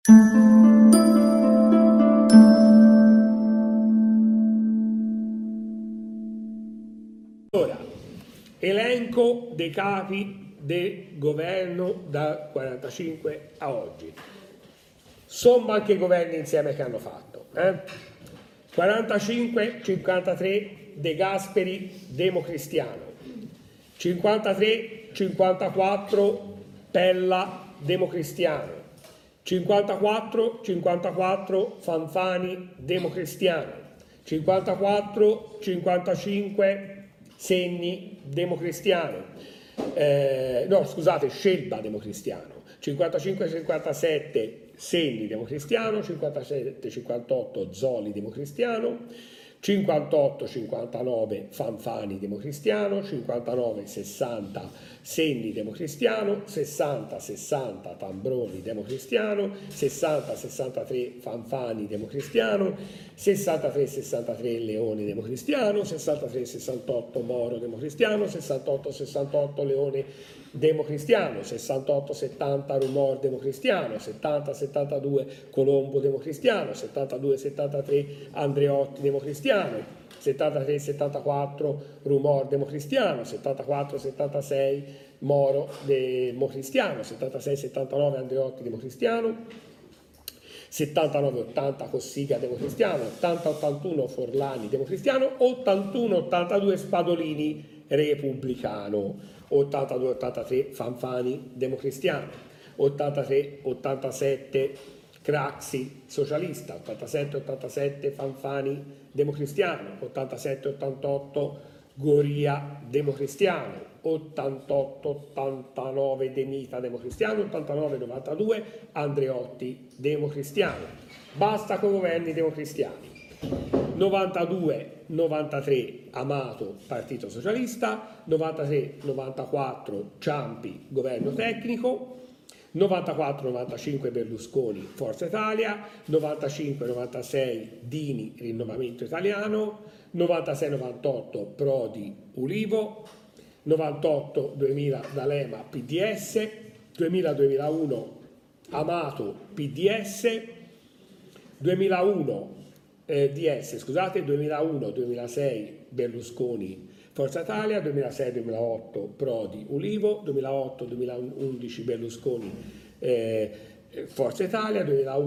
Ora, elenco dei capi del governo dal 45 a oggi. Somma anche i governi insieme che hanno fatto. 45-53 De Gasperi, Democristiano. 53-54 Pella, Democristiano. 54-54 Fanfani, Democristiano. 54-55 Segni, Democristiano. No, scusate, Scelba, Democristiano. 55-57 Segni, Democristiano. 57-58 Zoli, Democristiano. 58-59 Fanfani, Democristiano. 59-60 Segni, Democristiano. 60-60 Tambroni, Democristiano. 60-63 Fanfani, Democristiano. 63-63 Leone, Democristiano. 63-68 Moro, Democristiano. 68-68 Leone, Democristiano. 68-70 Rumor, Democristiano. 70-72 Colombo, Democristiano. 72-73 Andreotti, Democristiano. 73-74 Rumor, Democristiano. 74-76 Moro, Democristiano. 76-79 Andreotti, Democristiano. 79-80 Cossiga, Democristiano. 80-81 Forlani, Democristiano. 81-82 Spadolini, Repubblicano. 82-83 Fanfani, Democristiano. 83-87 Craxi, Socialista. 87-87 Fanfani, Democristiano. 87-88 Goria, Democristiano. 88-89 De Mita, Democristiano. 89-92 Andreotti, Democristiano. Basta con i governi democristiani. 92-93 Amato, Partito Socialista. 93-94 Ciampi, Governo Tecnico. 94-95 Berlusconi, Forza Italia. 95-96 Dini, Rinnovamento Italiano. 96-98 Prodi, Ulivo. 98-2000 D'Alema, PDS. 2000-2001 Amato, PDS. 2001 2001-2006 Berlusconi, Forza Italia. 2006-2008 Prodi, Ulivo. 2008-2011 Berlusconi, Forza Italia.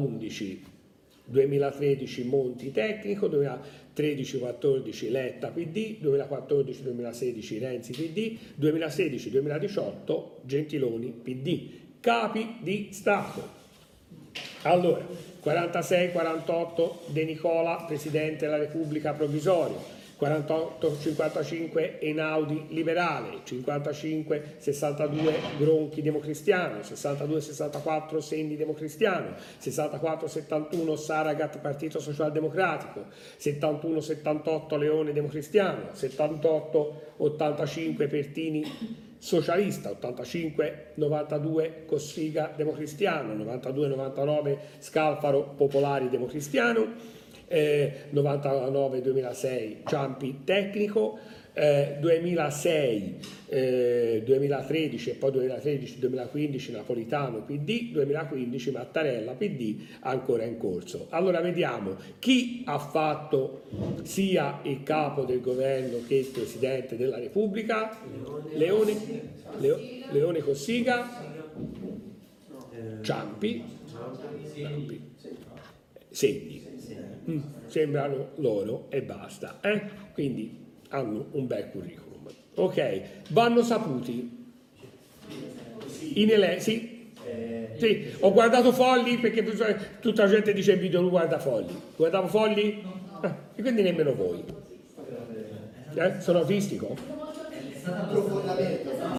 2011-2013 Monti, Tecnico. 2013-14 Letta, PD. 2014-2016 Renzi, PD. 2016-2018 Gentiloni, PD. Capi di Stato. Allora, 46-48 De Nicola, Presidente della Repubblica Provvisorio. 48-55 Einaudi, Liberale. 55-62 Gronchi, Democristiano. 62-64 Segni, Democristiano. 64-71 Saragat, Partito Socialdemocratico. 71-78 Leone, Democristiano. 78-85 Pertini, Socialista. 85-92 Cossiga, Democristiano. 92-99 Scalfaro, Popolari, Democristiano. 99-2006 Ciampi, Tecnico. 2006-2013 e poi 2013-2015 Napolitano, PD. 2015 Mattarella, PD, ancora in corso. Allora vediamo chi ha fatto sia il capo del governo che il Presidente della Repubblica. Leone, Cossiga, Ciampi, Segni. Sembrano loro e basta, quindi hanno un bel curriculum. Ok, vanno saputi sì. Ho guardato Folli perché tutta la gente dice in video non guarda Folli. Guardavo Folli? E quindi nemmeno voi. Sono autistico?